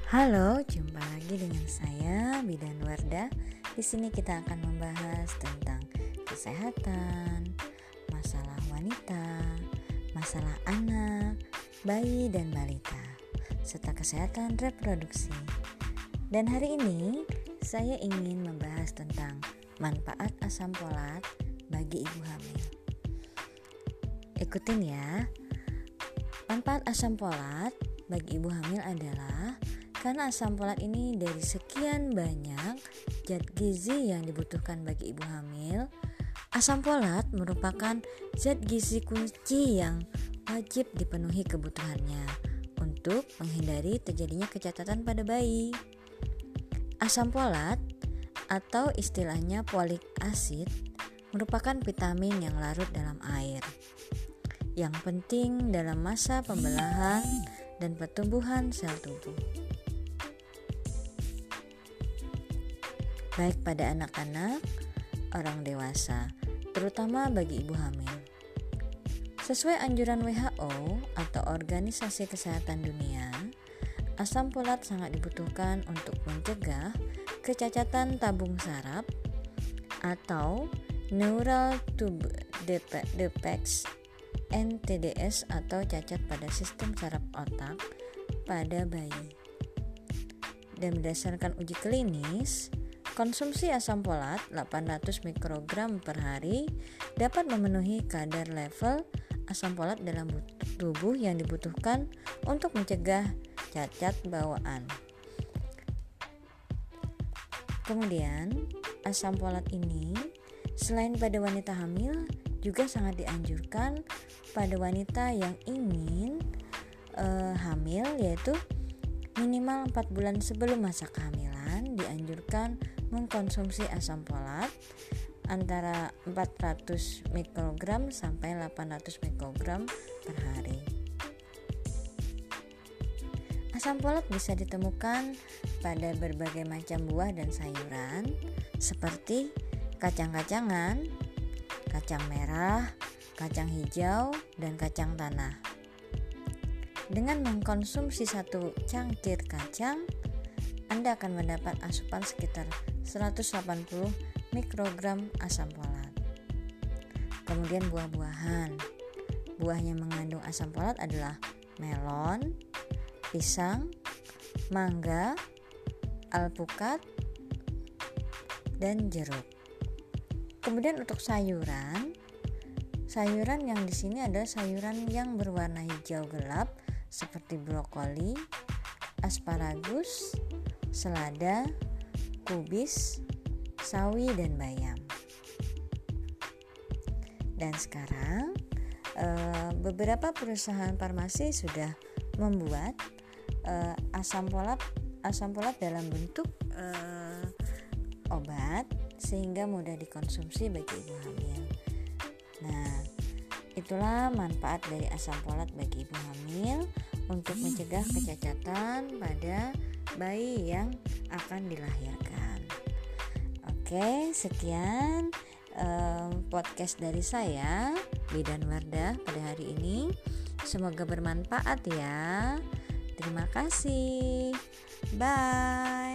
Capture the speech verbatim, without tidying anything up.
Halo, jumpa lagi dengan saya Bidan Wardah. Di sini kita akan membahas tentang kesehatan, masalah wanita, masalah anak, bayi dan balita, serta kesehatan reproduksi. Dan hari ini saya ingin membahas tentang manfaat asam folat bagi ibu hamil. Ikutin ya. Manfaat asam folat bagi ibu hamil adalah karena asam folat ini dari sekian banyak zat gizi yang dibutuhkan bagi ibu hamil, asam folat merupakan zat gizi kunci yang wajib dipenuhi kebutuhannya untuk menghindari terjadinya kecacatan pada bayi. Asam folat atau istilahnya folik acid merupakan vitamin yang larut dalam air, yang penting dalam masa pembelahan dan pertumbuhan sel tubuh, baik pada anak-anak, orang dewasa, terutama bagi ibu hamil. Sesuai anjuran W H O atau Organisasi Kesehatan Dunia, asam folat sangat dibutuhkan untuk mencegah kecacatan tabung saraf atau neural tube defects N T D S atau cacat pada sistem saraf otak pada bayi. Dan berdasarkan uji klinis, konsumsi asam folat delapan ratus mikrogram per hari dapat memenuhi kadar level asam folat dalam tubuh yang dibutuhkan untuk mencegah cacat bawaan. Kemudian, asam folat ini selain pada wanita hamil juga sangat dianjurkan pada wanita yang ingin uh, hamil, yaitu minimal empat bulan sebelum masa kehamilan dianjurkan mengkonsumsi asam folat antara empat ratus mikrogram sampai delapan ratus mikrogram per hari. Asam folat bisa ditemukan pada berbagai macam buah dan sayuran seperti kacang-kacangan, kacang merah, kacang hijau, dan kacang tanah. Dengan mengkonsumsi satu cangkir kacang, Anda akan mendapat asupan sekitar seratus delapan puluh mikrogram asam folat. Kemudian buah-buahan. Buah yang mengandung asam folat adalah melon, pisang, mangga, alpukat, dan jeruk. Kemudian untuk sayuran, sayuran yang di sini adalah sayuran yang berwarna hijau gelap seperti brokoli, asparagus, selada, kubis, sawi, dan bayam. Dan sekarang eh, beberapa perusahaan farmasi sudah membuat eh, asam folat asam folat dalam bentuk eh, obat sehingga mudah dikonsumsi bagi ibu hamil. Nah, itulah manfaat dari asam folat bagi ibu hamil untuk mencegah kecacatan pada bayi yang akan dilahirkan. Oke, sekian um, podcast dari saya, Bidan Wardah, pada hari ini. Semoga bermanfaat ya. Terima kasih. Bye.